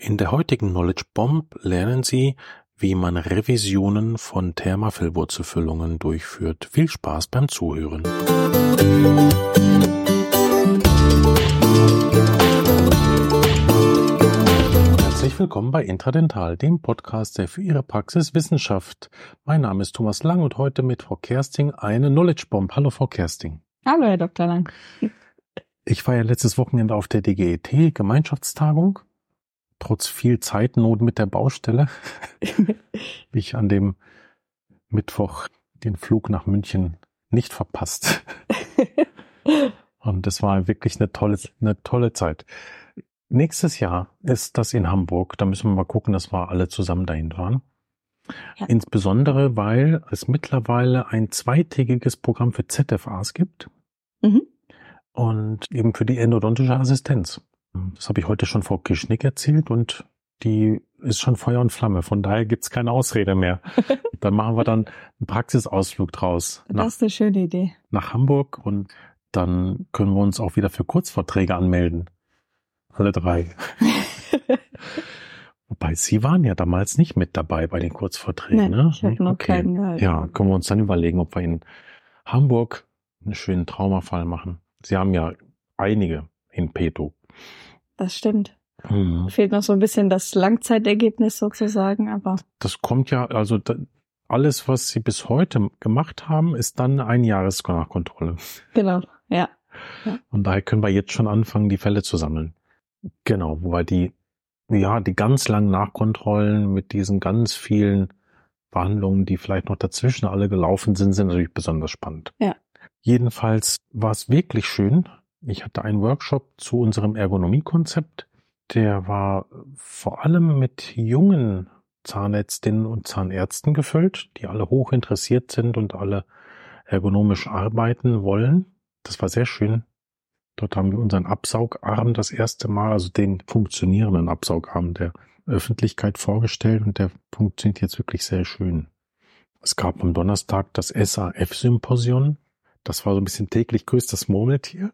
In der heutigen Knowledge Bomb lernen Sie, wie man Revisionen von Thermafellwurzelfüllungen durchführt. Viel Spaß beim Zuhören. Herzlich willkommen bei Intradental, dem Podcast, der für Ihre Praxis Wissenschaft. Mein Name ist Thomas Lang und heute mit Frau Kersting eine Knowledge Bomb. Hallo Frau Kersting. Hallo Herr Dr. Lang. Ich war ja letztes Wochenende auf der DGET Gemeinschaftstagung. Trotz viel Zeitnot mit der Baustelle habe ich an dem Mittwoch den Flug nach München nicht verpasst. Und das war wirklich eine tolle Zeit. Nächstes Jahr ist das in Hamburg. Da müssen wir mal gucken, dass wir alle zusammen dahin fahren. Ja. Insbesondere, weil es mittlerweile ein zweitägiges Programm für ZFAs gibt. Und eben für die endodontische Assistenz. Das habe ich heute schon Frau Kischnick erzählt und die ist schon Feuer und Flamme. Von daher gibt's keine Ausrede mehr. Dann machen wir dann einen Praxisausflug draus. Das ist eine schöne Idee. Nach Hamburg und dann können wir uns auch wieder für Kurzvorträge anmelden. Alle drei. Wobei Sie waren ja damals nicht mit dabei bei den Kurzvorträgen. Nee, ich habe noch keinen gehalten. Ja, können wir uns dann überlegen, ob wir in Hamburg einen schönen Traumafall machen. Sie haben ja einige in petto. Das stimmt. Fehlt noch so ein bisschen das Langzeitergebnis sozusagen, aber... Das kommt ja, also alles, was Sie bis heute gemacht haben, ist dann eine Einjahresnachkontrolle. Genau, ja. Und daher können wir jetzt schon anfangen, die Fälle zu sammeln. Genau, wobei die ganz langen Nachkontrollen mit diesen ganz vielen Behandlungen, die vielleicht noch dazwischen alle gelaufen sind natürlich besonders spannend. Ja. Jedenfalls war es wirklich schön. Ich hatte einen Workshop zu unserem Ergonomiekonzept. Der war vor allem mit jungen Zahnärztinnen und Zahnärzten gefüllt, die alle hoch interessiert sind und alle ergonomisch arbeiten wollen. Das war sehr schön. Dort haben wir unseren Absaugarm das erste Mal, also den funktionierenden Absaugarm der Öffentlichkeit vorgestellt und der funktioniert jetzt wirklich sehr schön. Es gab am Donnerstag das SAF-Symposion. Das war so ein bisschen täglich grüßt das Murmeltier,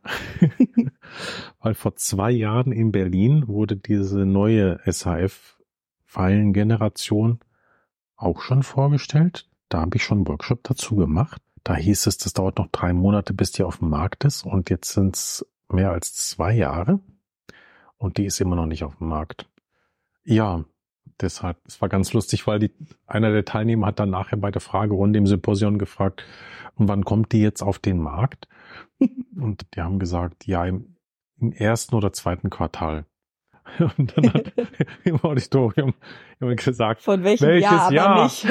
weil vor 2 Jahren in Berlin wurde diese neue SAF-Pfeilengeneration auch schon vorgestellt. Da habe ich schon einen Workshop dazu gemacht. Da hieß es, das dauert noch 3 Monate, bis die auf dem Markt ist. Und jetzt sind es mehr als 2 Jahre und die ist immer noch nicht auf dem Markt. Ja, deshalb, es war ganz lustig, weil einer der Teilnehmer hat dann nachher bei der Fragerunde im Symposion gefragt, und wann kommt die jetzt auf den Markt? Und die haben gesagt, ja, im 1. oder 2. Quartal. Und dann hat im Auditorium jemand gesagt, von welches Jahr? Aber nicht.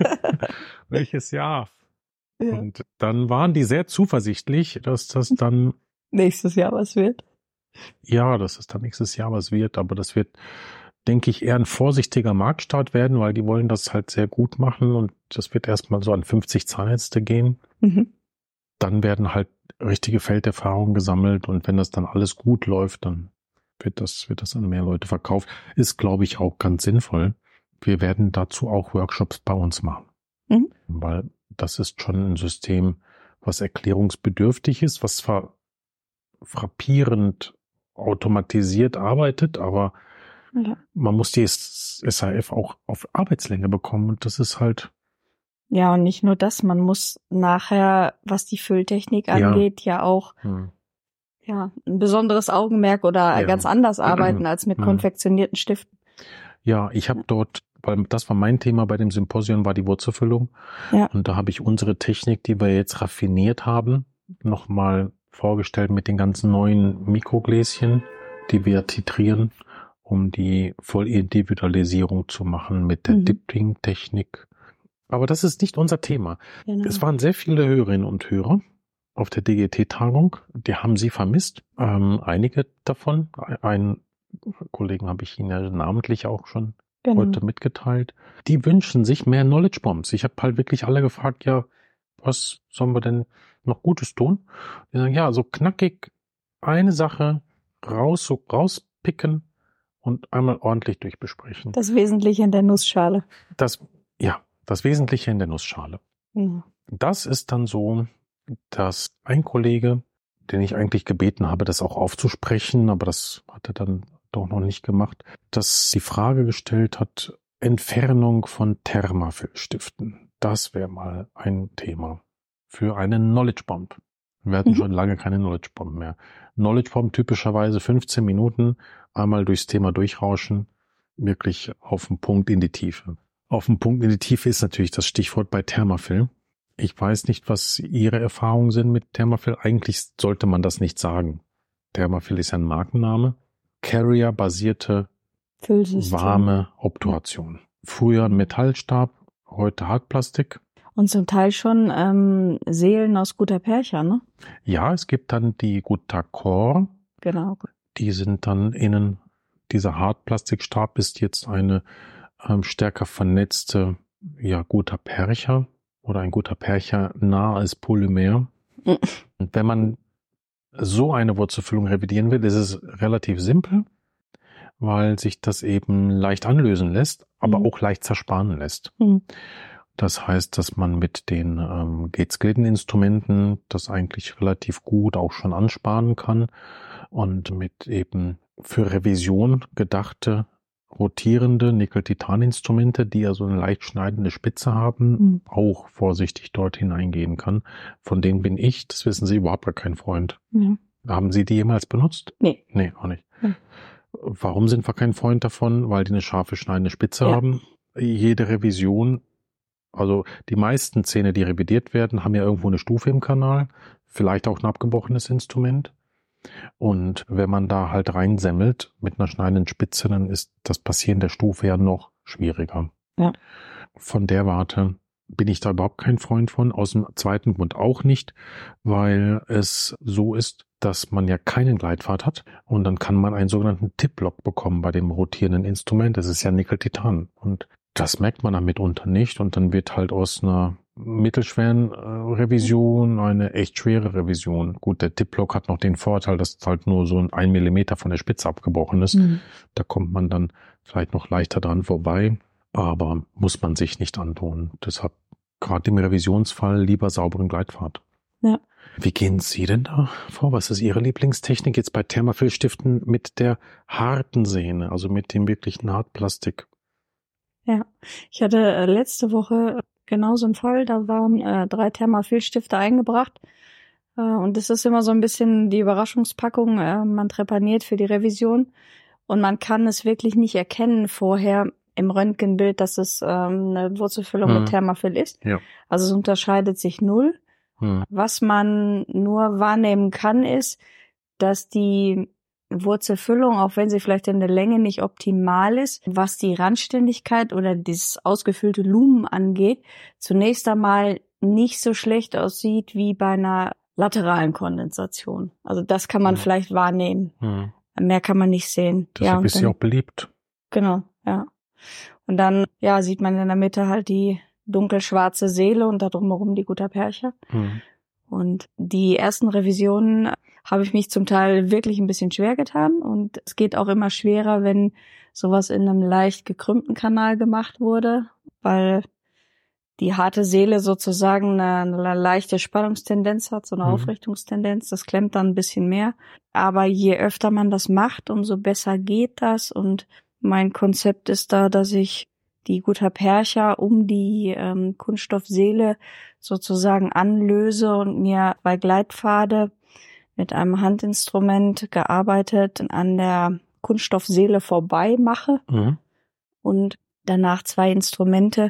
Welches Jahr? Ja. Und dann waren die sehr zuversichtlich, dass das dann nächstes Jahr was wird. Ja, dass es dann nächstes Jahr was wird, aber das wird, denke ich, eher ein vorsichtiger Marktstart werden, weil die wollen das halt sehr gut machen und das wird erstmal so an 50 Zahnärzte gehen. Dann werden halt richtige Felderfahrungen gesammelt und wenn das dann alles gut läuft, dann wird das an mehr Leute verkauft. Ist, glaube ich, auch ganz sinnvoll. Wir werden dazu auch Workshops bei uns machen, weil das ist schon ein System, was erklärungsbedürftig ist, was zwar frappierend automatisiert arbeitet, aber man muss die SAF auch auf Arbeitslänge bekommen und das ist halt... Ja, und nicht nur das, man muss nachher, was die Fülltechnik angeht, ja auch ein besonderes Augenmerk oder ganz anders arbeiten als mit konfektionierten Stiften. Ja, ich habe dort, weil das war mein Thema bei dem Symposion, war die Wurzelfüllung. Ja. Und da habe ich unsere Technik, die wir jetzt raffiniert haben, nochmal vorgestellt mit den ganzen neuen Mikrogläschen, die wir titrieren, um die Vollindividualisierung zu machen mit der Dipping-Technik. Aber das ist nicht unser Thema. Genau. Es waren sehr viele Hörerinnen und Hörer auf der DGT-Tagung. Die haben Sie vermisst. Einige davon. Einen Kollegen habe ich Ihnen ja namentlich auch schon heute mitgeteilt. Die wünschen sich mehr Knowledge Bombs. Ich habe halt wirklich alle gefragt, ja, was sollen wir denn noch Gutes tun? Die sagen, ja, so knackig eine Sache rauspicken und einmal ordentlich durchbesprechen. Das Wesentliche in der Nussschale. Das Wesentliche in der Nussschale. Ja. Das ist dann so, dass ein Kollege, den ich eigentlich gebeten habe, das auch aufzusprechen, aber das hat er dann doch noch nicht gemacht, das die Frage gestellt hat, Entfernung von Thermafilstiften. Das wäre mal ein Thema für einen Knowledge Bomb. Wir hatten schon lange keine Knowledge Bomb mehr. Knowledge Bomb typischerweise 15 Minuten, einmal durchs Thema durchrauschen, wirklich auf den Punkt in die Tiefe. Auf den Punkt in die Tiefe ist natürlich das Stichwort bei Thermafil. Ich weiß nicht, was Ihre Erfahrungen sind mit Thermafil. Eigentlich sollte man das nicht sagen. Thermafil ist ja ein Markenname. Carrier-basierte warme Obturation. Früher ein Metallstab, heute Hartplastik. Und zum Teil schon Seelen aus Gutta-Percha, ne? Ja, es gibt dann die Gutta-Core. Genau. Die sind dann innen, dieser Hartplastikstab ist jetzt eine stärker vernetzte, Gutta-Percha oder ein Gutta-Percha nahes Polymer. Und wenn man so eine Wurzelfüllung revidieren will, ist es relativ simpel, weil sich das eben leicht anlösen lässt, aber auch leicht zersparen lässt. Das heißt, dass man mit den Gates-Glidden-Instrumenten das eigentlich relativ gut auch schon ansparen kann und mit eben für Revision gedachte rotierende Nickel-Titan-Instrumente, die ja so eine leicht schneidende Spitze haben, auch vorsichtig dort hineingehen kann. Von denen bin ich, das wissen Sie, überhaupt gar kein Freund. Ja. Haben Sie die jemals benutzt? Nee. Nee, auch nicht. Ja. Warum sind wir kein Freund davon? Weil die eine scharfe, schneidende Spitze haben. Jede Revision, also die meisten Zähne, die revidiert werden, haben ja irgendwo eine Stufe im Kanal, vielleicht auch ein abgebrochenes Instrument. Und wenn man da halt reinsemmelt mit einer schneidenden Spitze, dann ist das Passieren der Stufe ja noch schwieriger. Ja. Von der Warte bin ich da überhaupt kein Freund von. Aus dem zweiten Grund auch nicht, weil es so ist, dass man ja keinen Gleitpfad hat und dann kann man einen sogenannten Tip-Lock bekommen bei dem rotierenden Instrument. Das ist ja Nickel-Titan und das merkt man dann mitunter nicht und dann wird halt aus einer mittelschweren Revision eine echt schwere Revision. Gut, der Tip-Lock hat noch den Vorteil, dass es halt nur so 1 Millimeter von der Spitze abgebrochen ist. Da kommt man dann vielleicht noch leichter dran vorbei, aber muss man sich nicht antun. Deshalb gerade im Revisionsfall lieber sauberen Gleitpfad. Ja. Wie gehen Sie denn da vor? Was ist Ihre Lieblingstechnik jetzt bei Thermafilstiften mit der harten Sehne, also mit dem wirklichen Hartplastik? Ja, ich hatte letzte Woche genauso einen Fall, da waren 3 Thermafilstifte eingebracht und das ist immer so ein bisschen die Überraschungspackung, man trepaniert für die Revision und man kann es wirklich nicht erkennen vorher im Röntgenbild, dass es eine Wurzelfüllung mit Thermafil ist. Ja. Also es unterscheidet sich null. Was man nur wahrnehmen kann, ist, dass die Wurzelfüllung, auch wenn sie vielleicht in der Länge nicht optimal ist, was die Randständigkeit oder dieses ausgefüllte Lumen angeht, zunächst einmal nicht so schlecht aussieht wie bei einer lateralen Kondensation. Also das kann man vielleicht wahrnehmen. Mehr kann man nicht sehen. Deshalb ist sie auch beliebt. Genau, ja. Und dann, sieht man in der Mitte halt die dunkelschwarze Seele und da drumherum die Gutta-Percha. Und die ersten Revisionen habe ich mich zum Teil wirklich ein bisschen schwer getan und es geht auch immer schwerer, wenn sowas in einem leicht gekrümmten Kanal gemacht wurde, weil die harte Seele sozusagen eine leichte Spannungstendenz hat, so eine Aufrichtungstendenz, das klemmt dann ein bisschen mehr. Aber je öfter man das macht, umso besser geht das und mein Konzept ist da, dass ich die Gutta-Percha um die Kunststoffseele sozusagen anlöse und mir bei Gleitpfade mit einem Handinstrument gearbeitet an der Kunststoffseele vorbei mache und danach 2 Instrumente.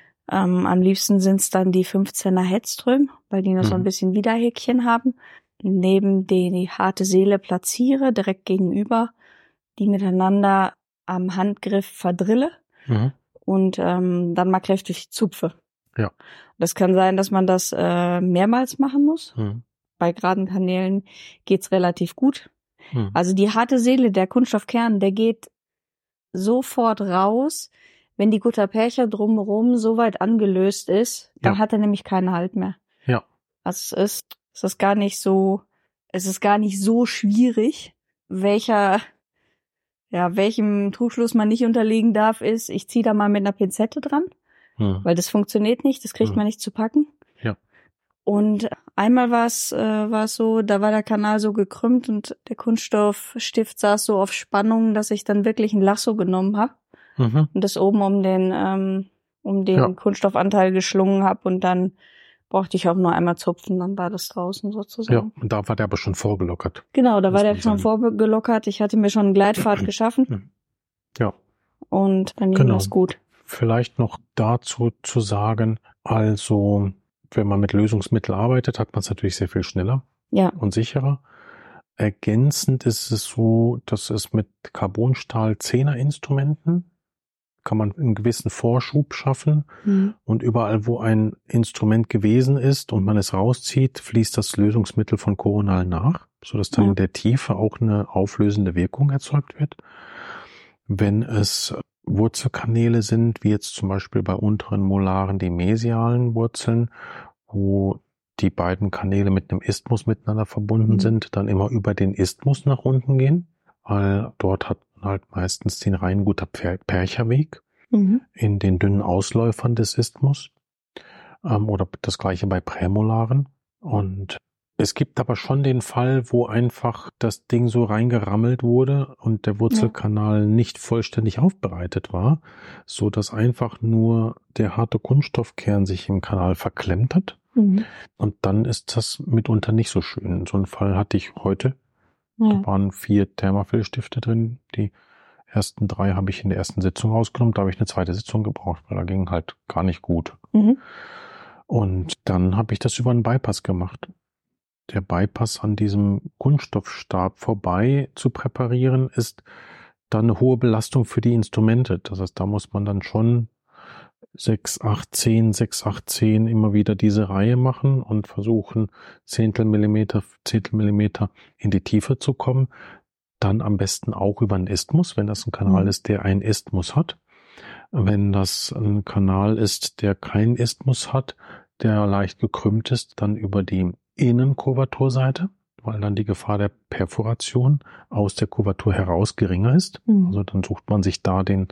Am liebsten sind es dann die 15er Hedström, weil die noch so ein bisschen Widerhäkchen haben. Neben die harte Seele platziere, direkt gegenüber, die miteinander am Handgriff verdrille und dann mal kräftig zupfe. Ja. Das kann sein, dass man das mehrmals machen muss. Bei geraden Kanälen geht's relativ gut. Also die harte Seele, der Kunststoffkern, der geht sofort raus, wenn die Gutta-Percha drumherum so weit angelöst ist, dann hat er nämlich keinen Halt mehr. Ja. Also es ist gar nicht so schwierig, welchem Trugschluss man nicht unterliegen darf, ist, ich ziehe da mal mit einer Pinzette dran, weil das funktioniert nicht, das kriegt man nicht zu packen. Ja. Und einmal war es so, da war der Kanal so gekrümmt und der Kunststoffstift saß so auf Spannung, dass ich dann wirklich ein Lasso genommen habe und das oben um den Kunststoffanteil geschlungen habe und dann brauchte ich auch nur einmal zupfen, dann war das draußen sozusagen. Ja, und da war der aber schon vorgelockert. Genau, da war der schon vorgelockert. Ich hatte mir schon einen Gleitpfad geschaffen. Ja. Und dann ging das gut. Vielleicht noch dazu zu sagen, also wenn man mit Lösungsmitteln arbeitet, hat man es natürlich sehr viel schneller und sicherer. Ergänzend ist es so, dass es mit Carbonstahl-10er-Instrumenten kann man einen gewissen Vorschub schaffen und überall, wo ein Instrument gewesen ist und man es rauszieht, fließt das Lösungsmittel von koronal nach, sodass dann in der Tiefe auch eine auflösende Wirkung erzeugt wird. Wenn es Wurzelkanäle sind, wie jetzt zum Beispiel bei unteren Molaren die mesialen Wurzeln, wo die beiden Kanäle mit einem Isthmus miteinander verbunden sind, dann immer über den Isthmus nach unten gehen, weil dort hat man halt meistens den Rheinguter Percherweg in den dünnen Ausläufern des Isthmus, oder das gleiche bei Prämolaren. Und es gibt aber schon den Fall, wo einfach das Ding so reingerammelt wurde und der Wurzelkanal nicht vollständig aufbereitet war, so dass einfach nur der harte Kunststoffkern sich im Kanal verklemmt hat. Und dann ist das mitunter nicht so schön. So einen Fall hatte ich heute. Da waren 4 Thermafil-Stifte drin. Die ersten 3 habe ich in der ersten Sitzung rausgenommen. Da habe ich eine zweite Sitzung gebraucht, weil da ging halt gar nicht gut. Und dann habe ich das über einen Bypass gemacht. Der Bypass an diesem Kunststoffstab vorbei zu präparieren, ist dann eine hohe Belastung für die Instrumente. Das heißt, da muss man dann schon 6, 8, 10, 6, 8, 10 immer wieder diese Reihe machen und versuchen, Zehntelmillimeter in die Tiefe zu kommen. Dann am besten auch über einen Isthmus, wenn das ein Kanal ist, der einen Isthmus hat. Wenn das ein Kanal ist, der keinen Isthmus hat, der leicht gekrümmt ist, dann über die Innenkuverturseite, weil dann die Gefahr der Perforation aus der Kuvertur heraus geringer ist. Also dann sucht man sich da den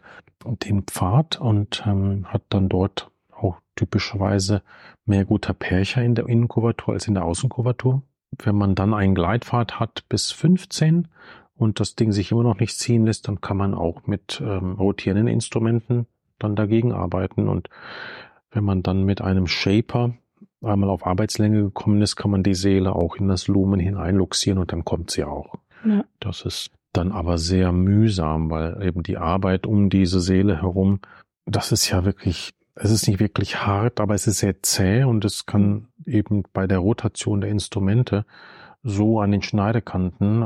Pfad und hat dann dort auch typischerweise mehr guter Percher in der Innenkuvertur als in der Außenkuvertur. Wenn man dann einen Gleitpfad hat bis 15 und das Ding sich immer noch nicht ziehen lässt, dann kann man auch mit rotierenden Instrumenten dann dagegen arbeiten. Und wenn man dann mit einem Shaper einmal auf Arbeitslänge gekommen ist, kann man die Seele auch in das Lumen hineinluxieren und dann kommt sie auch. Ja. Das ist dann aber sehr mühsam, weil eben die Arbeit um diese Seele herum, das ist ja wirklich, es ist nicht wirklich hart, aber es ist sehr zäh und es kann eben bei der Rotation der Instrumente so an den Schneidekanten,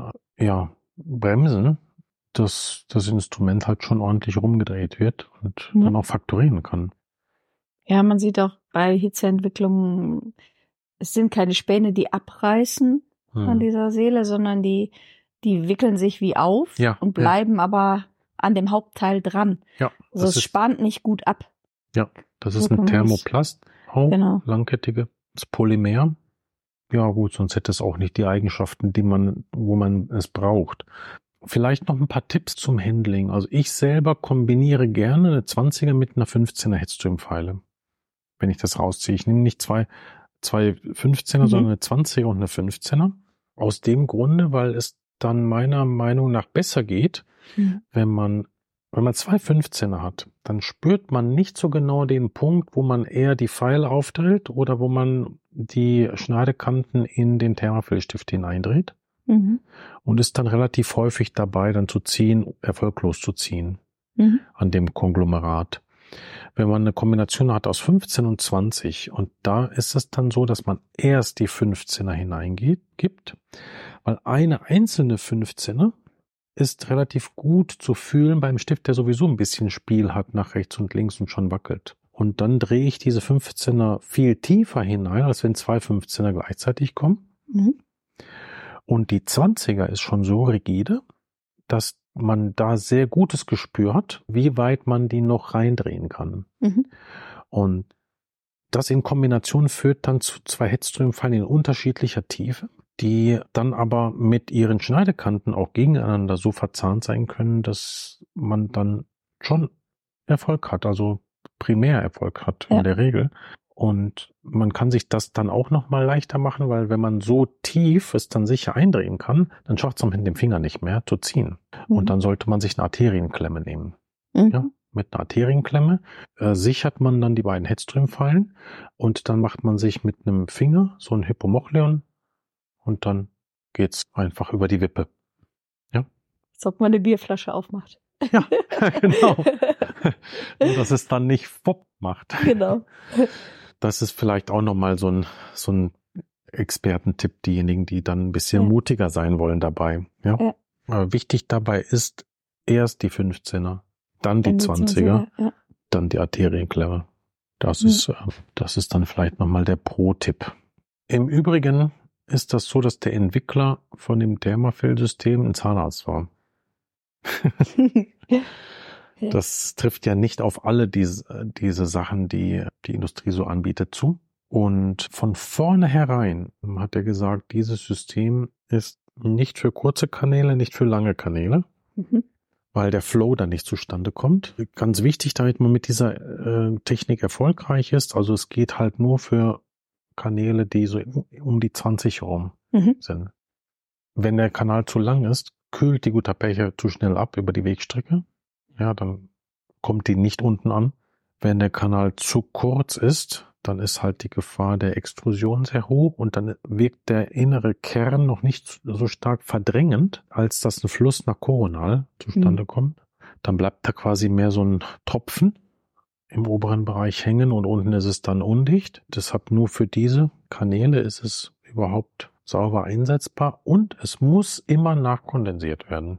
bremsen, dass das Instrument halt schon ordentlich rumgedreht wird und dann auch faktorieren kann. Ja, man sieht auch bei Hitzeentwicklungen, es sind keine Späne, die abreißen an dieser Seele, sondern die wickeln sich wie auf und bleiben aber an dem Hauptteil dran. Ja, also es spannt nicht gut ab. Ja, das ist ein Thermoplast, auch langkettige, das Polymer. Ja gut, sonst hätte es auch nicht die Eigenschaften, wo man es braucht. Vielleicht noch ein paar Tipps zum Handling. Also ich selber kombiniere gerne eine 20er mit einer 15er Headstream-Pfeile, wenn ich das rausziehe. Ich nehme nicht zwei 15er, sondern eine 20er und eine 15er. Aus dem Grunde, weil es dann meiner Meinung nach besser geht, wenn man 2 15er hat, dann spürt man nicht so genau den Punkt, wo man eher die Pfeile aufdrillt oder wo man die Schneidekanten in den Thermafilstift hineindreht und ist dann relativ häufig dabei, dann zu ziehen, erfolglos zu ziehen an dem Konglomerat. Wenn man eine Kombination hat aus 15 und 20 und da ist es dann so, dass man erst die 15er hineingibt, weil eine einzelne 15er ist relativ gut zu fühlen beim Stift, der sowieso ein bisschen Spiel hat nach rechts und links und schon wackelt. Und dann drehe ich diese 15er viel tiefer hinein, als wenn 2 15er gleichzeitig kommen. Und die 20er ist schon so rigide, dass man da sehr gutes Gespür hat, wie weit man die noch reindrehen kann. Und das in Kombination führt dann zu 2 Headstream-Pfeilen in unterschiedlicher Tiefe, die dann aber mit ihren Schneidekanten auch gegeneinander so verzahnt sein können, dass man dann schon Erfolg hat. Also Primärerfolg hat in der Regel. Und man kann sich das dann auch nochmal leichter machen, weil wenn man so tief es dann sicher eindrehen kann, dann schafft es mit dem Finger nicht mehr zu ziehen. Und dann sollte man sich eine Arterienklemme nehmen. Ja, mit einer Arterienklemme sichert man dann die beiden Headstream-Fallen und dann macht man sich mit einem Finger so ein Hypomochlon und dann geht's einfach über die Wippe. Ja. Als ob man eine Bierflasche aufmacht. Ja, genau. Nur, dass es dann nicht Pop macht. Genau. Das ist vielleicht auch nochmal so ein Expertentipp, diejenigen, die dann ein bisschen mutiger sein wollen dabei. Ja. Aber wichtig dabei ist erst die 15er, dann die 20er, dann die Arterienklemme. Das ist dann vielleicht nochmal der Pro-Tipp. Im Übrigen ist das so, dass der Entwickler von dem Dermafell-System ein Zahnarzt war. Das trifft ja nicht auf alle diese Sachen, die die Industrie so anbietet, zu. Und von vornherein hat er gesagt, dieses System ist nicht für kurze Kanäle, nicht für lange Kanäle, weil der Flow dann nicht zustande kommt. Ganz wichtig, damit man mit dieser Technik erfolgreich ist, also es geht halt nur für Kanäle, die so um die 20 rum sind. Wenn der Kanal zu lang ist, kühlt die Gutta-Percha zu schnell ab über die Wegstrecke. Ja, dann kommt die nicht unten an. Wenn der Kanal zu kurz ist, dann ist halt die Gefahr der Extrusion sehr hoch und dann wirkt der innere Kern noch nicht so stark verdrängend, als dass ein Fluss nach koronal zustande kommt. Dann bleibt da quasi mehr so ein Tropfen im oberen Bereich hängen und unten ist es dann undicht. Deshalb nur für diese Kanäle ist es überhaupt sauber einsetzbar und es muss immer nachkondensiert werden.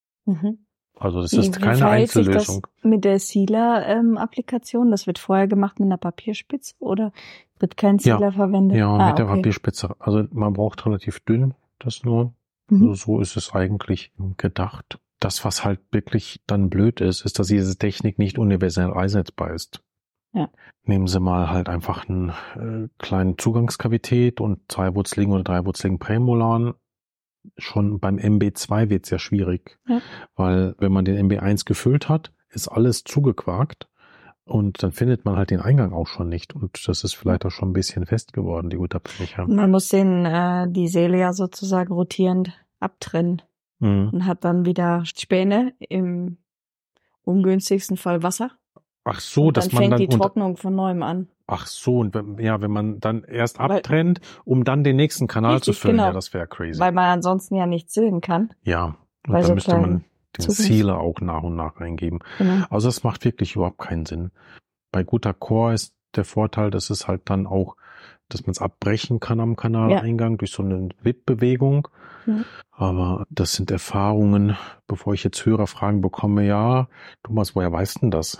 Also das ist keine Einzellösung. Das mit der Sealer-Applikation, das wird vorher gemacht mit einer Papierspitze oder wird kein Sealer verwendet? Ja, mit der Papierspitze. Also man braucht relativ dünn das nur. Also so ist es eigentlich gedacht. Das, was halt wirklich dann blöd ist, ist, dass diese Technik nicht universell einsetzbar ist. Ja. Nehmen Sie mal halt einfach einen kleinen Zugangskavität und 2-wurzeligen oder 3-wurzeligen Prämolaren. Schon beim MB2 wird es ja schwierig, weil wenn man den MB1 gefüllt hat, ist alles zugequakt und dann findet man halt den Eingang auch schon nicht und das ist vielleicht auch schon ein bisschen fest geworden, die Gutta-Percha. Man muss die Seele ja sozusagen rotierend abtrennen und hat dann wieder Späne, im ungünstigsten Fall Wasser. Ach so, und dass dann man fängt die Trocknung von neuem an. Ach so, und wenn man dann erst abtrennt, um dann den nächsten Kanal zu füllen, ja, das wäre crazy. Weil man ansonsten ja nichts sehen kann. Ja, und dann müsste man den Sealer auch nach und nach reingeben. Genau. Also das macht wirklich überhaupt keinen Sinn. Bei guter Core ist der Vorteil, dass es halt dann auch, dass man es abbrechen kann am Kanaleingang durch so eine Wippbewegung. Ja. Aber das sind Erfahrungen, bevor ich jetzt Hörerfragen bekomme, ja, Thomas, woher weißt denn das?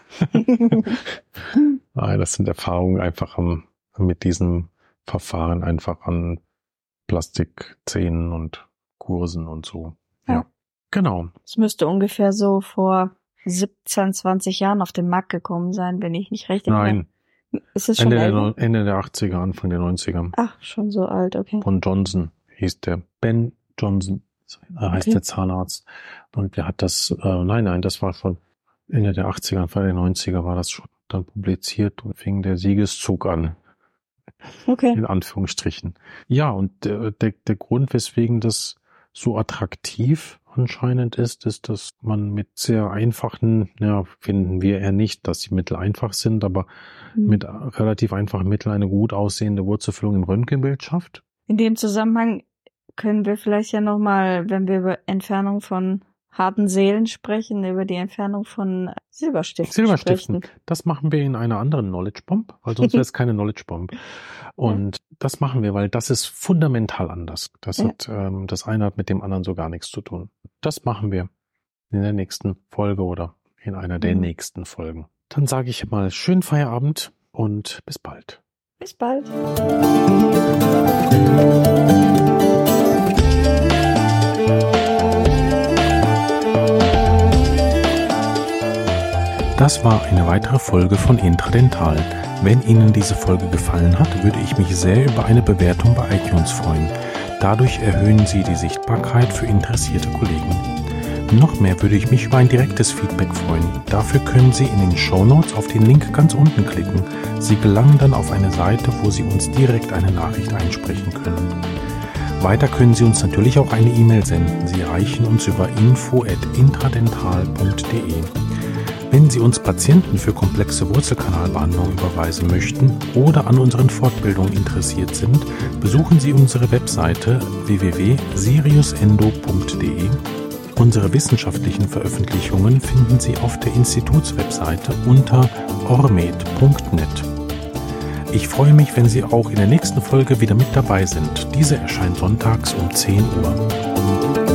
Nein, das sind Erfahrungen einfach mit diesem Verfahren einfach an Plastikzähnen und Kursen und so. Ja, genau. Es müsste ungefähr so vor 17, 20 Jahren auf den Markt gekommen sein, wenn ich mich recht erinnere. Nein. Ist es schon Ende der 80er, Anfang der 90er. Ach, schon so alt, okay. Von Johnson hieß der. Ben Johnson heißt der Zahnarzt. Und der hat das, das war schon Ende der 80er, Anfang der 90er war das schon dann publiziert und fing der Siegeszug an. Okay. In Anführungsstrichen. Ja, und der Grund, weswegen das so attraktiv anscheinend ist, dass man mit sehr einfachen, finden wir eher nicht, dass die Mittel einfach sind, aber mit relativ einfachen Mitteln eine gut aussehende Wurzelfüllung im Röntgenbild schafft. In dem Zusammenhang können wir vielleicht ja nochmal, wenn wir über Entfernung von harten Seelen sprechen, über die Entfernung von Silberstiften sprechen. Das machen wir in einer anderen Knowledge Bomb, weil sonst wäre es keine Knowledge Bomb. Und das machen wir, weil das ist fundamental anders. Das eine hat mit dem anderen so gar nichts zu tun. Das machen wir in der nächsten Folge oder in einer der nächsten Folgen. Dann sage ich mal schönen Feierabend und bis bald. Bis bald. Das war eine weitere Folge von Intradental. Wenn Ihnen diese Folge gefallen hat, würde ich mich sehr über eine Bewertung bei iTunes freuen. Dadurch erhöhen Sie die Sichtbarkeit für interessierte Kollegen. Noch mehr würde ich mich über ein direktes Feedback freuen. Dafür können Sie in den Shownotes auf den Link ganz unten klicken. Sie gelangen dann auf eine Seite, wo Sie uns direkt eine Nachricht einsprechen können. Weiter können Sie uns natürlich auch eine E-Mail senden. Sie erreichen uns über info@intradental.de. Wenn Sie uns Patienten für komplexe Wurzelkanalbehandlung überweisen möchten oder an unseren Fortbildungen interessiert sind, besuchen Sie unsere Webseite www.siriusendo.de. Unsere wissenschaftlichen Veröffentlichungen finden Sie auf der Institutswebseite unter ormed.net. Ich freue mich, wenn Sie auch in der nächsten Folge wieder mit dabei sind. Diese erscheint sonntags um 10 Uhr.